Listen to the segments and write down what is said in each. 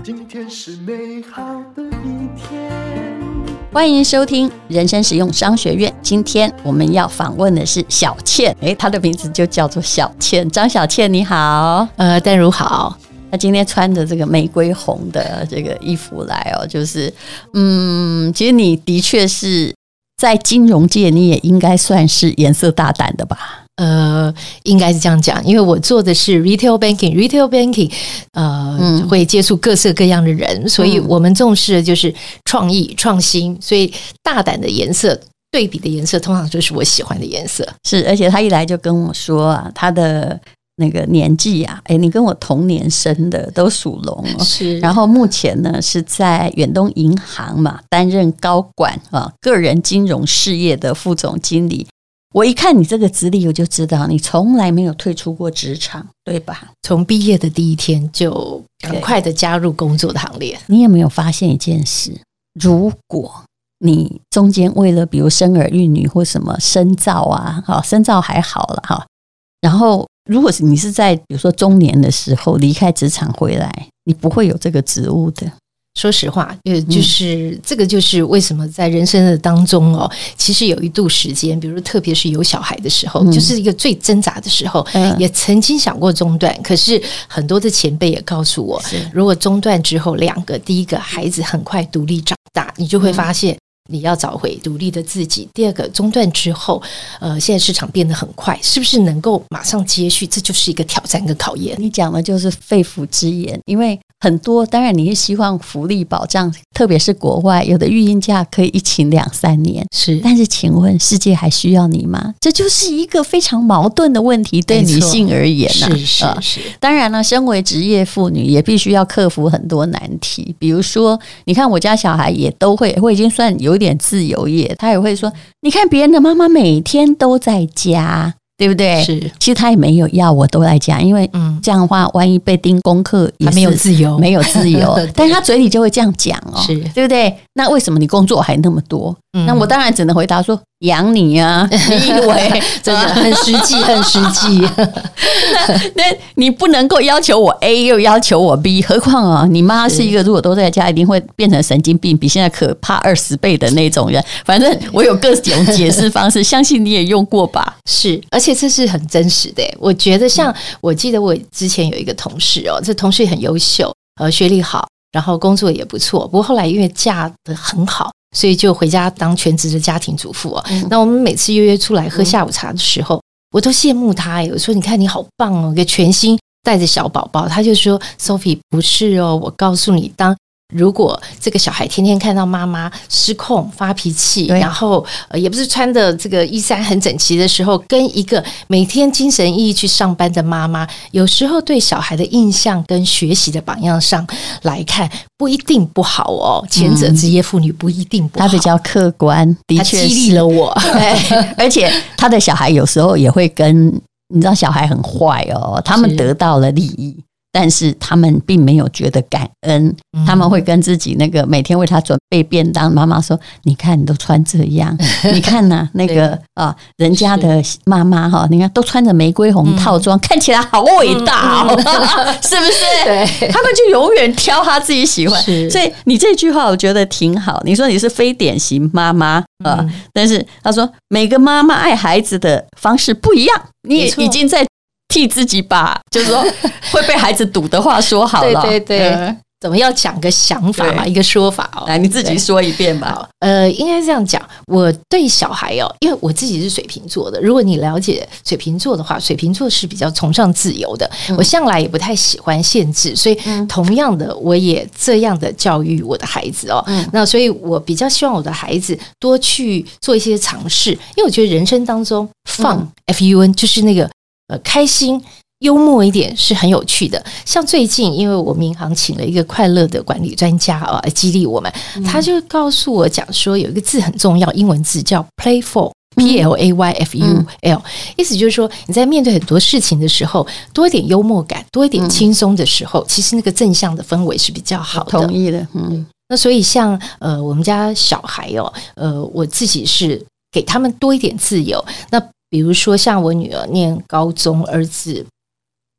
今天是美好的一天。 欢迎收听人生实用商学院。今天我们要访问的是小倩，她的名字就叫做小倩。张小倩你好。 淡如好。 她今天穿着这个玫瑰红的这个衣服来哦，就是其实你的确是在金融界，你也应该算是颜色大胆的吧？ 应该是这样讲，因为我做的是 retail banking， 会接触各色各样的人，所以我们重视的就是创意创新，所以大胆的颜色对比的颜色通常就是我喜欢的颜色。 是，而且他一来就跟我说啊，他的那个年纪啊，你跟我同年生的，都属龙哦。 是， 然后目前呢是在远东银行嘛担任高管啊，个人金融事业的副总经理。我一看你这个资历，我就知道你从来没有退出过职场，对吧？ 从毕业的第一天就赶快的加入工作的行列。 你有没有发现一件事？如果你中间为了比如生儿育女或什么深造啊，深造还好了哈，然后如果你是在比如说中年的时候离开职场回来，你不会有这个职务的。 说实话，就是这个就是为什么在人生的当中哦，其实有一度时间，比如特别是有小孩的时候，就是一个最挣扎的时候，也曾经想过中断。可是很多的前辈也告诉我，如果中断之后第一个孩子很快独立长大，你就会发现你要找回独立的自己。第二个，中断之后现在市场变得很快，是不是能够马上接续，这就是一个挑战跟考验。 你讲的就是肺腑之言，因为很多当然你是希望福利保障，特别是国外有的育婴假可以一请2-3年， 是， 但是请问世界还需要你吗？这就是一个非常矛盾的问题，对女性而言啊。 是。 当然了，身为职业妇女也必须要克服很多难题，比如说你看我家小孩也都会已经算有点自由业，他也会说你看别人的妈妈每天都在家，对不对？ 是， 其实他也没有要我都在家，因为这样的话万一被盯功课也是没有自由， 但是他嘴里就会这样讲哦， 是， 对不对？那为什么你工作还那么多？那我当然只能回答说养你啊，你以为真的很实际很实际那你不能够要求我 A 又要求我 B， 何况啊，你妈是一个如果都在家一定会变成神经病，比现在可怕20倍的那种人。反正我有各种解释方式相信你也用过吧。 是，而且这是很真实的。我觉得像我记得我之前有一个同事哦，这同事很优秀，学历好，然后工作也不错，不过后来因为嫁得很好，所以就回家当全职的家庭主妇哦。那我们每次约出来喝下午茶的时候，我都羡慕他。我说你看你好棒哦，一个全新带着小宝宝。他就说 Sophie 不是哦，我告诉你，如果这个小孩天天看到妈妈失控发脾气，然后也不是穿的这个衣衫很整齐的时候，跟一个每天精神奕奕去上班的妈妈，有时候对小孩的印象跟学习的榜样上来看不一定不好哦。前者职业妇女不一定不好， 她比较客观，的确她激励了我而且她的小孩有时候也会跟你知道小孩很坏哦，他们得到了利益，但是他们并没有觉得感恩，他们会跟自己那个每天为他准备便当妈妈说你看你都穿这样你看啊那个人家的妈妈你看都穿着玫瑰红套装，看起来好伟大哦是不是？ 对， 他们就永远挑他自己喜欢。所以你这句话我觉得挺好，你说你是非典型妈妈但是他说每个妈妈爱孩子的方式不一样，你也已经在替自己把就是说会被孩子堵的话说好了。 对，怎么要讲个想法嘛，一个说法哦。 来，你自己说一遍吧。 应该这样讲，我对小孩哦，因为我自己是水瓶座的，如果你了解水瓶座的话，水瓶座是比较崇尚自由的，我向来也不太喜欢限制，所以同样的我也这样的教育我的孩子哦。那所以我比较希望我的孩子多去做一些尝试，因为我觉得人生当中fun F-U-N 就是那个开心幽默一点是很有趣的。像最近因为我们银行请了一个快乐的管理专家来激励我们，他就告诉我讲说有一个字很重要，英文字叫 playful P-L-A-Y-F-U-L， 意思就是说你在面对很多事情的时候多一点幽默感，多一点轻松的时候，其实那个正向的氛围是比较好的。 同意的。 那所以像我们家小孩我自己是给他们多一点自由。那比如说像我女儿念高中，儿子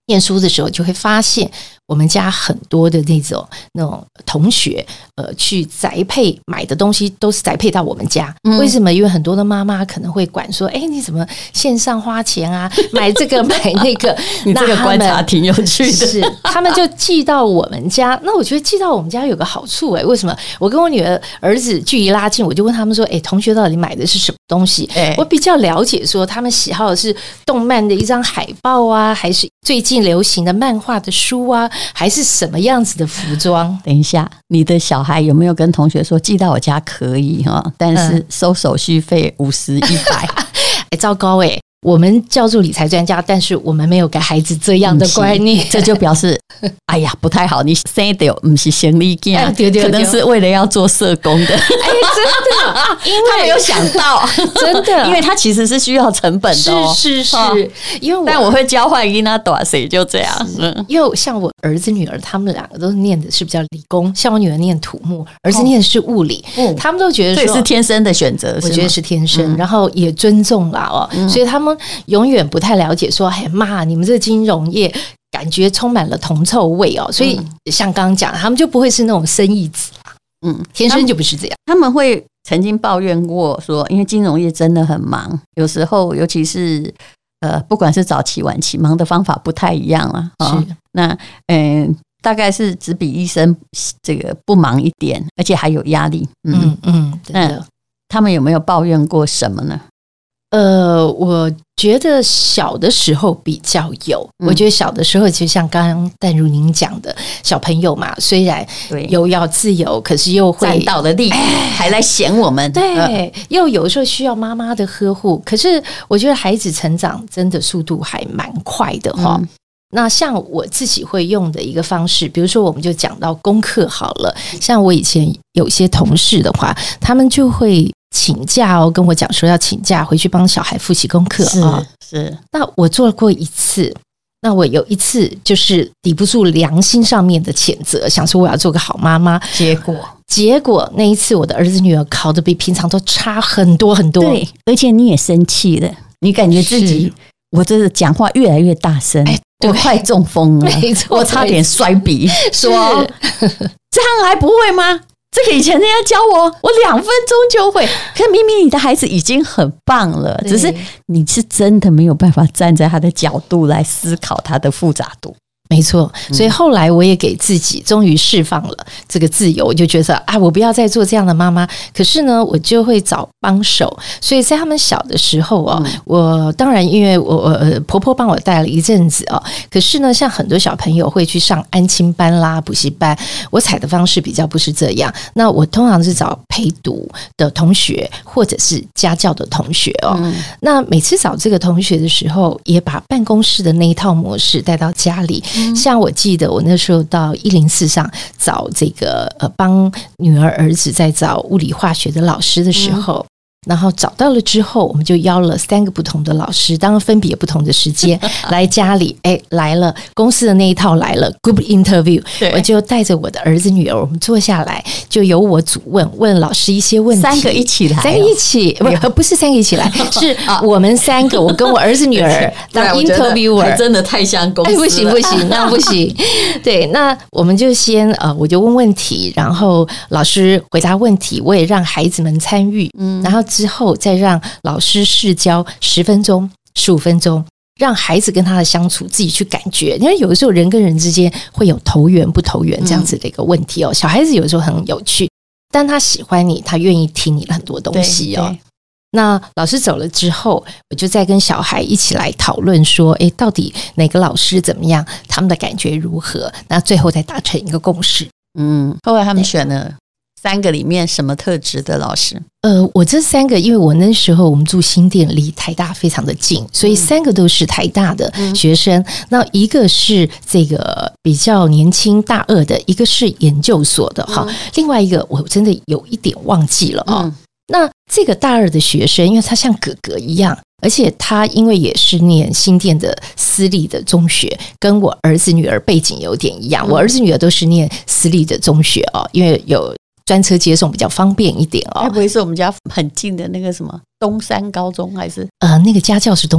念书的时候就会发现我们家很多的那种同学去宅配买的东西都是宅配到我们家。为什么？因为很多的妈妈可能会管说，你怎么线上花钱啊，买这个买那个你这个观察挺有趣的。 是他们就寄到我们家。那我觉得寄到我们家有个好处为什么？我跟我女儿子距离拉近，我就问他们说，同学到底买的是什么东西？我比较了解说他们喜好的是动漫的一张海报啊，还是最近流行的漫画的书啊，还是什么样子的服装？ 等一下，你的小孩有没有跟同学说寄到我家可以但是收手续费50、100？ 糟糕我们叫做理财专家，但是我们没有给孩子这样的观念， 这就表示哎呀不太好。你生的不是生理囝，可能是为了要做社工的。 真的，因为他没有想到， 真的， 因为他其实是需要成本的是，因为但我会交换给他多谁就这样。 因为像我儿子女儿，他们两个都念的是比较理工，像我女儿念土木，儿子念的是物理，他们都觉得说这是天生的选择， 我觉得是天生，然后也尊重啦所以他们永远不太了解说，妈，你们这个金融业感觉充满了铜臭味所以像刚刚讲，他们就不会是那种生意子天生就不是这样。 他们会曾经抱怨过说，因为金融业真的很忙，有时候尤其是不管是早期晚期，忙的方法不太一样了是那大概是只比医生这个不忙一点，而且还有压力。 真的。 他们有没有抱怨过什么呢？ 我觉得小的时候比较有，我觉得小的时候就像刚刚淡如您讲的，小朋友嘛，虽然又要自由，可是又会占到了利益，还来嫌我们。 对，又有时候需要妈妈的呵护。可是我觉得孩子成长真的速度还蛮快的那像我自己会用的一个方式，比如说我们就讲到功课好了，像我以前有些同事的话，他们就会请假跟我讲说要请假回去帮小孩复习功课是。 那我做过一次，那我有一次就是抵不住良心上面的谴责，想说我要做个好妈妈，结果那一次我的儿子女儿考得比平常都差很多很多。 对，而且你也生气了，你感觉自己我这是讲话越来越大声，我快中风了， 没错， 我差点摔笔，说这样还不会吗？这个以前人家教我2分钟就会，可明明你的孩子已经很棒了，只是你是真的没有办法站在他的角度来思考他的复杂度。 没错，所以后来我也给自己终于释放了这个自由，我就觉得我不要再做这样的妈妈。可是呢，我就会找帮手，所以在他们小的时候我当然因为我婆婆帮我带了一阵子可是呢，像很多小朋友会去上安亲班啦、补习班，我采的方式比较不是这样。那我通常是找陪读的同学或者是家教的同学那每次找这个同学的时候，也把办公室的那一套模式带到家里。像我记得我那时候到104上找这个帮女儿儿子在找物理化学的老师的时候然后找到了之后，我们就邀了3个不同的老师，当然分别不同的时间来家里。来了公司的那一套来了 group interview， 我就带着我的儿子女儿，我们坐下来，就由我主问老师一些问题。 3个一起来 ，3个一起，不是3个一起来，是我们3个，我跟我儿子女儿当 interviewer， 真的太像公司了。 不行，那不行。对，那我们就先我就问题，然后老师回答问题，我也让孩子们参与，然后之后再让老师试教10分钟、15分钟，让孩子跟他的相处自己去感觉。因为有的时候人跟人之间会有投缘不投缘这样子的一个问题小孩子有时候很有趣，但他喜欢你，他愿意听你很多东西那老师走了之后，我就再跟小孩一起来讨论说，到底哪个老师怎么样，他们的感觉如何，那最后再达成一个共识。 后来他们选了3个里面什么特质的老师？ 我这3个，因为我那时候我们住新店，离台大非常的近，所以3个都是台大的学生。那一个是这个比较年轻大2的，一个是研究所的另外一个我真的有一点忘记了那这个大2的学生，因为他像哥哥一样，而且他因为也是念新店的私立的中学，跟我儿子女儿背景有点一样。我儿子女儿都是念私立的中学因为有专车接送比较方便一点该不会是我们家很近的那个什么东山高中还是？ 那个家教是东山，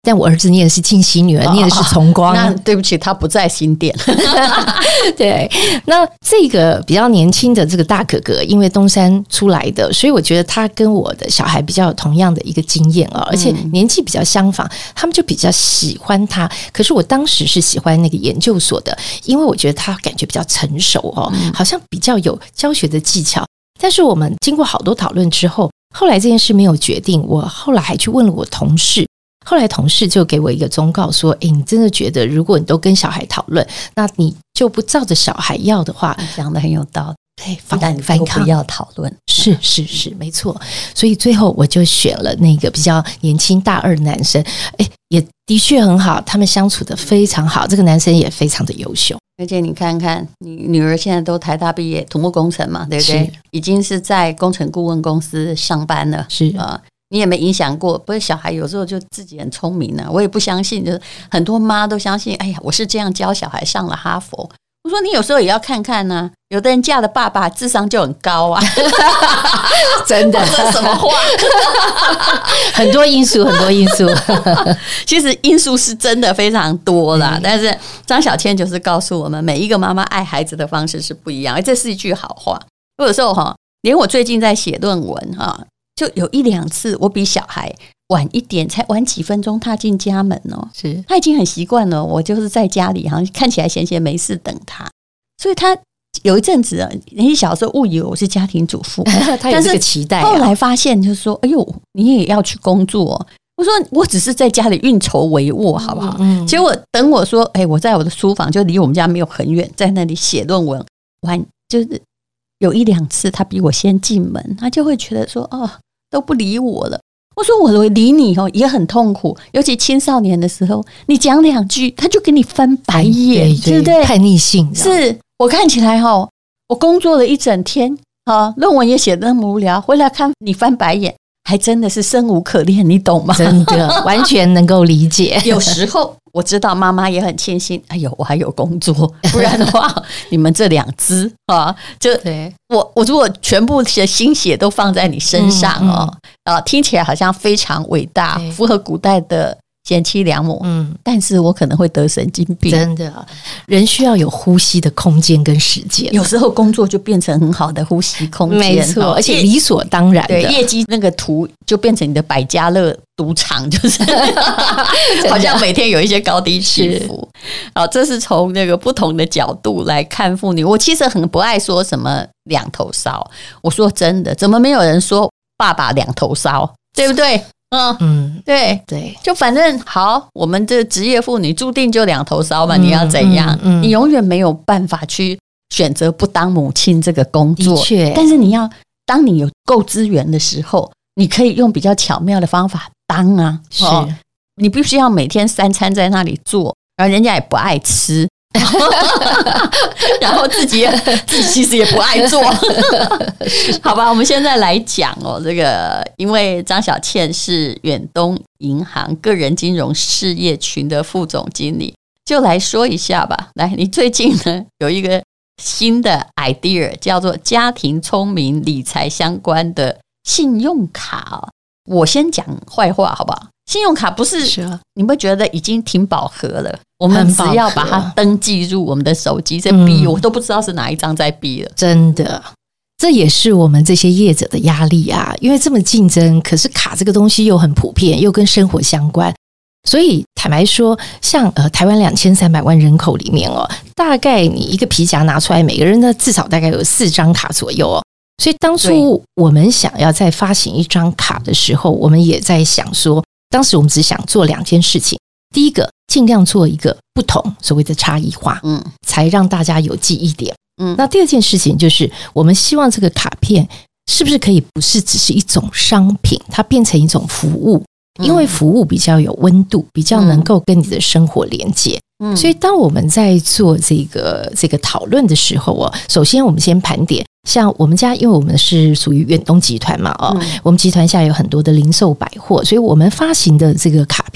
但我儿子念的是静熙，女儿念的是崇光。 那对不起，他不在新店。 对，那这个比较年轻的这个大哥哥，因为东山出来的，所以我觉得他跟我的小孩比较有同样的一个经验啊，而且年纪比较相仿，他们就比较喜欢他。可是我当时是喜欢那个研究所的，因为我觉得他感觉比较成熟哦，好像比较有教学的技巧。但是我们经过好多讨论之后，后来这件事没有决定，我后来还去问了我同事。后来同事就给我一个忠告说，你真的觉得如果你都跟小孩讨论，那你就不照着小孩要的话， 讲得很有道理。 对， 反抗不要讨论， 是没错。所以最后我就选了那个比较年轻大二的男生，也的确很好，他们相处得非常好，这个男生也非常的优秀。 而且你看看，你女儿现在都台大毕业，土木工程嘛，对不对？已经是在工程顾问公司上班了， 是你也没影响过，不是小孩有时候就自己很聪明啊，我也不相信，就是很多妈都相信，哎呀，我是这样教小孩上了哈佛。我说你有时候也要看看啊，有的人嫁的爸爸智商就很高啊， 真的， 这什么话？ 很多因素， 其实因素是真的非常多啦。但是张小倩就是告诉我们，每一个妈妈爱孩子的方式是不一样，这是一句好话。有的时候连我最近在写论文就有1-2次我比小孩晚一点，才晚几分钟踏进家门是他已经很习惯了，我就是在家里好像看起来闲闲没事等他，所以他有一阵子你小时候误以为我是家庭主妇他有这个期待后来发现就是说，哎呦，你也要去工作。我说我只是在家里运筹帷幄好不好？结果等我说，我在我的书房，就离我们家没有很远，在那里写论文，就是有1-2次他比我先进门，他就会觉得说，都不理我了。我说我理你也很痛苦，尤其青少年的时候，你讲2句他就给你翻白眼，对不对？ 叛逆性是我看起来我工作了一整天论文也写得那么无聊，回来看你翻白眼，还真的是生无可恋，你懂吗？ 真的完全能够理解。 有时候我知道妈妈也很庆幸，哎呦，我还有工作，不然的话，你们这2只就我如果全部的心血都放在你身上听起来好像非常伟大，符合古代的贤妻良母，但是我可能会得神经病。 真的，人需要有呼吸的空间跟时间， 有时候工作就变成很好的呼吸空间， 没错，而且理所当然的。 对，业绩那个图就变成你的百家乐赌场，就是好像每天有一些高低起伏。这是从那个不同的角度来看妇女。我其实很不爱说什么两头烧，我说真的，怎么没有人说爸爸两头烧，对不对？对，就反正好，我们这职业妇女注定就两头烧嘛，你要怎样？你永远没有办法去选择不当母亲这个工作， 的确， 但是当你有够资源的时候，你可以用比较巧妙的方法当啊， 是你必须要每天3餐在那里做，然后人家也不爱吃。然后自己其实也不爱做好吧，我们现在来讲这个因为张小倩是远东银行个人金融事业群的副总经理，就来说一下吧。来，你最近呢有一个新的 idea 叫做家庭聪明理财相关的信用卡我先讲坏话好不好？信用卡不是你们觉得已经挺饱和了，我们只要把它登记入我们的手机，这逼我都不知道是哪一张在逼了， 真的，这也是我们这些业者的压力啊，因为这么竞争，可是卡这个东西又很普遍，又跟生活相关，所以坦白说，像台湾2300万人口里面大概你一个皮夹拿出来，每个人呢至少大概有4张卡左右所以当初我们想要再发行一张卡的时候，我们也在想说，当时我们只想做2件事情，第一个尽量做一个不同所谓的差异化，才让大家有记忆点。那第2件事情就是我们希望这个卡片是不是可以不是只是一种商品，它变成一种服务，因为服务比较有温度，比较能够跟你的生活连接。所以当我们在做这个讨论的时候首先我们先盘点，像我们家，因为我们是属于远东集团嘛我们集团下有很多的零售百货，所以我们发行的这个卡片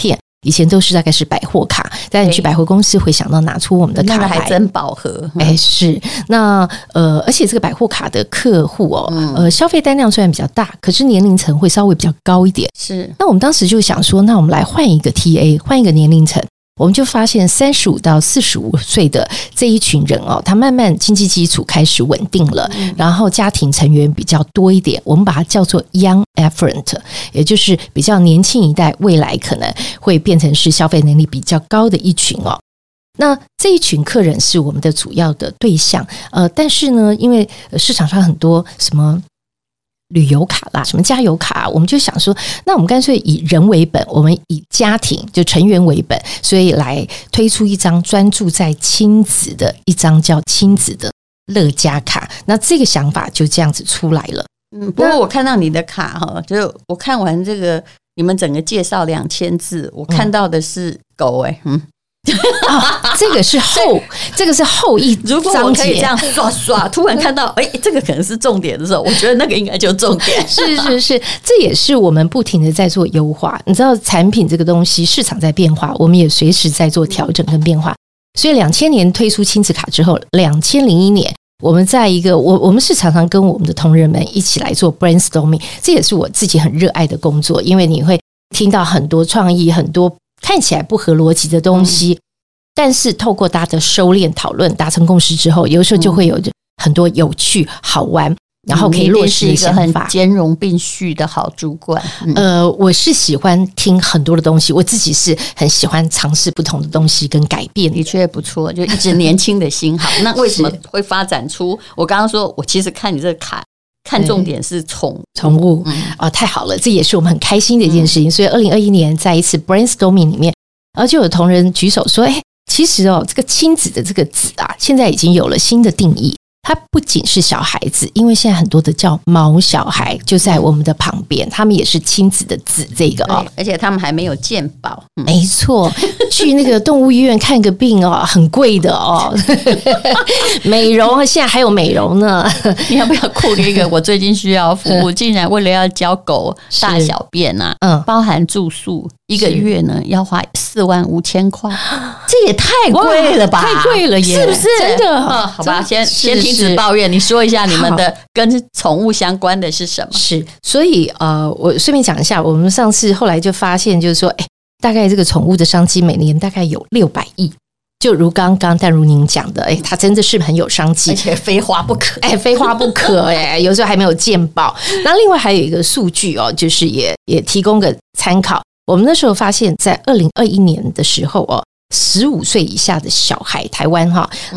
以前都是大概是百货卡，但你去百货公司会想到拿出我们的卡来， 那个还真饱和。 是那而且这个百货卡的客户消费单量虽然比较大，可是年龄层会稍微比较高一点。 是， 那我们当时就想说，那我们来换一个 TA， 换一个年龄层。我们就发现35到45岁的这一群人他慢慢经济基础开始稳定了，然后家庭成员比较多一点，我们把它叫做 Young Affluent， 也就是比较年轻一代，未来可能会变成是消费能力比较高的一群那这一群客人是我们的主要的对象，但是呢，因为市场上很多什么旅游卡啦，什么加油卡，我们就想说，那我们干脆以人为本，我们以家庭就成员为本，所以来推出一张专注在亲子的一张叫亲子的乐家卡。那这个想法就这样子出来了。 不过我看到你的卡就我看完这个你们整个介绍2000字，我看到的是狗这个是后一章节。 如果我可以这样刷，突然看到这个可能是重点的时候，我觉得那个应该就是重点。 是，这也是我们不停的在做优化。你知道产品这个东西市场在变化，我们也随时在做调整跟变化。所以2000年推出亲子卡之后，2001年我们在一个我们是常常跟我们的同仁们一起来做 brainstorming， 这也是我自己很热爱的工作，因为你会听到很多创意，很多看起来不合逻辑的东西，但是透过大家的收敛讨论达成共识之后，有时候就会有很多有趣好玩，然后可以落实的想法。 一个很兼容并蓄的好主管。 我是喜欢听很多的东西，我自己是很喜欢尝试不同的东西跟改变。 的确不错，就一直年轻的心好。那为什么会发展出我刚刚说我其实看你这个卡看重点是宠物太好了，这也是我们很开心的一件事情。所以2021年在一次 brainstorming 里面，就有同仁举手说其实这个亲子的这个子现在已经有了新的定义，它不仅是小孩子，因为现在很多的叫毛小孩就在我们的旁边，他们也是亲子的子这个而且他们还没有健保。 没错，去那个动物医院看个病很贵的美容现在还有美容呢。 你要不要酷一个我最近需要服务，竟然为了要教狗大小便包含住宿1个月呢要花45000块，这也太贵了吧？ 太贵了耶， 是不是？ 真的好吧，先停止抱怨，你说一下你们的跟宠物相关的是什么？ 是，所以我顺便讲一下，我们上次后来就发现，就是说，大概这个宠物的商机每年大概有600亿。就如刚刚但如您讲的，它真的是很有商机， 而且非花不可， 非花不可，有时候还没有健保。那另外还有一个数据就是也提供个参考。我们那时候发现，在2021年的时候15岁以下的小孩，台湾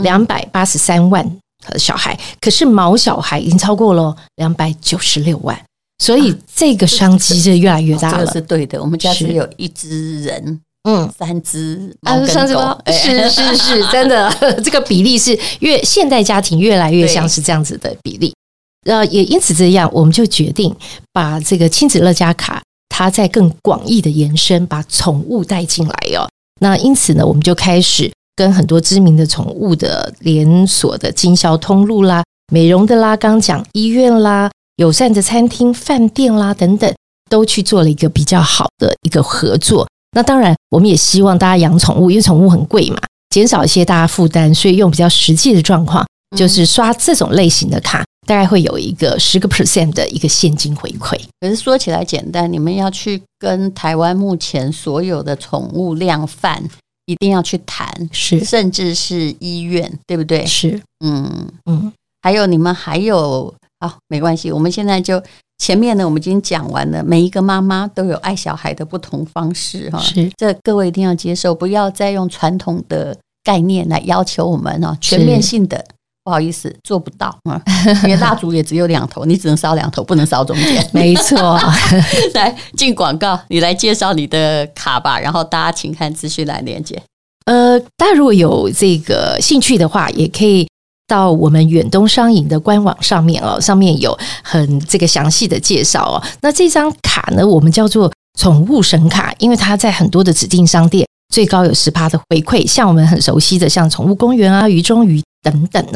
283万小孩，可是毛小孩已经超过了296万，所以这个商机就越来越大了。 这个是对的，我们家只有1只人。3只猫跟狗， 是真的，这个比例是现代家庭越来越像是这样子的比例。也因此这样，我们就决定把这个亲子乐家卡，它在更广义的延伸，把宠物带进来那因此呢，我们就开始跟很多知名的宠物的连锁的经销通路啦、美容的啦、刚讲医院啦、友善的餐厅、饭店啦等等，都去做了一个比较好的一个合作。那当然我们也希望大家养宠物，因为宠物很贵嘛，减少一些大家负担，所以用比较实际的状况，就是刷这种类型的卡，大概会有一个10% 的一个现金回馈。 可是说起来简单，你们要去跟台湾目前所有的宠物量贩一定要去谈， 是， 甚至是医院，对不对？ 是， 还有你们还有没关系，我们现在就前面呢，我们已经讲完了，每一个妈妈都有爱小孩的不同方式是， 这各位一定要接受，不要再用传统的概念来要求我们全面性的，不好意思，做不到因为蜡烛也只有2头，你只能烧2头，不能烧中间。 没错。 来进广告，你来介绍你的卡吧，然后大家请看资讯栏连结。 大家如果有这个兴趣的话，也可以到我们远东商银的官网上面上面有很这个详细的介绍那这张卡呢，我们叫做宠物神卡，因为它在很多的指定商店最高有10%的回馈，像我们很熟悉的像宠物公园啊、鱼中鱼等等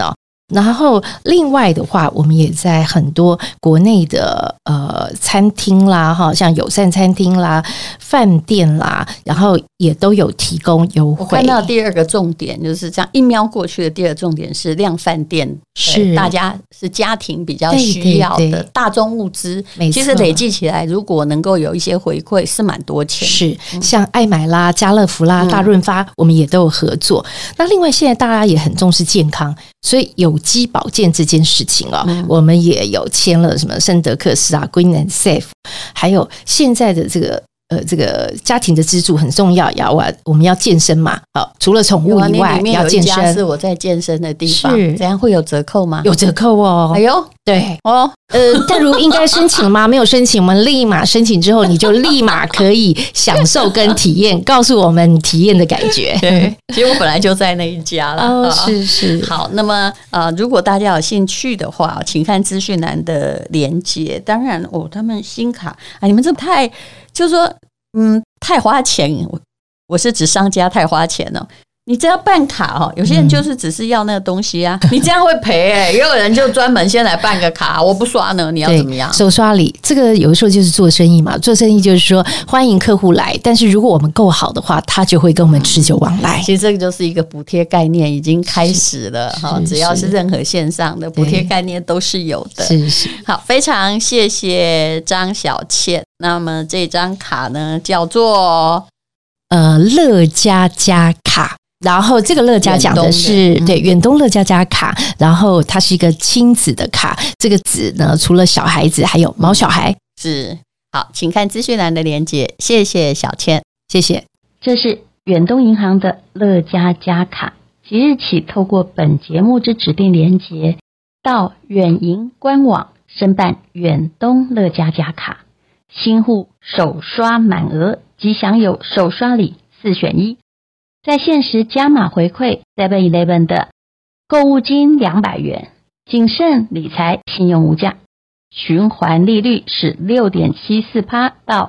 然后另外的话，我们也在很多国内的餐厅啦，哈，像友善餐厅啦、饭店啦，然后也都有提供优惠。 我看到第二个重点就是这样一瞄过去的第二个重点是量饭店， 是大家是家庭比较需要的大宗物资，其实累计起来如果能够有一些回馈是蛮多钱。 是像爱买啦、家乐福啦、大润发，我们也都有合作。那另外现在大家也很重视健康，所以有机保健这件事情我们也有签了什么圣德克斯啊、Green and Safe， 还有现在的这个家庭的支柱很重要，我们要健身嘛，除了宠物以外，要健身。 是我在健身的地方，这样会有折扣吗？ 有折扣哦。 哎呦， 对哦，但如应该申请吗？没有申请，我们立马申请之后，你就立马可以享受跟体验，告诉我们体验的感觉。 对，其实我本来就在那一家了。 哦，是。 好，那么如果大家有兴趣的话，请看资讯栏的连结。当然他们新卡你们这太就是说太花钱，我是指商家太花钱了。你只要办卡有些人就是只是要那个东西啊，你这样会赔也有人就专门先来办个卡，我不刷呢，你要怎么样？ 手刷礼，这个有的时候就是做生意嘛，做生意就是说欢迎客户来，但是如果我们够好的话，他就会跟我们持久往来。 其实这个就是一个补贴概念已经开始了只要是任何线上的补贴概念都是有的。 是。 好，非常谢谢张小倩。那么这张卡呢叫做乐家家卡。然后这个乐家讲的是对远东乐家家卡，然后它是一个亲子的卡，这个子呢除了小孩子还有毛小孩。 是。好，请看资讯栏的连结。谢谢小倩， 谢谢。 这是远东银行的乐家家卡，即日起透过本节目之指定连结到远银官网申办远东乐家家卡，新户首刷满额即享有首刷礼4选1，在限时加码回馈 7-Eleven 的购物金200元，谨慎理财，信用无价，循环利率是 6.74% 到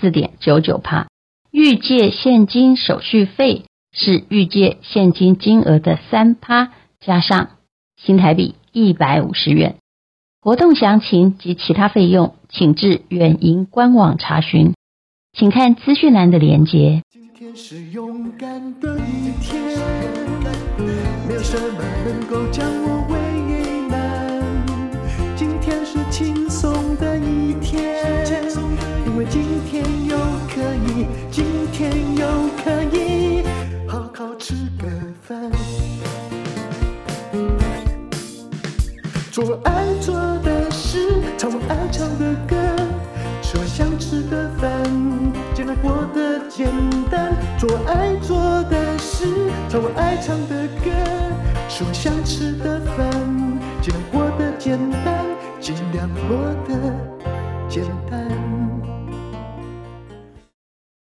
14.99%， 预借现金手续费是预借现金金额的 3% 加上新台币150元。活动详情及其他费用请至远银官网查询，请看资讯栏的连结。 今天是勇敢的一天，没有什么能够将我为难。今天是轻松的一天，因为今天又可以好好吃个饭，做我爱做的事，唱我爱唱的歌，吃我想吃的饭，尽量过得简单。做我爱做的事，唱我爱唱的歌，吃我想吃的饭，尽量过得简单，尽量过得简单。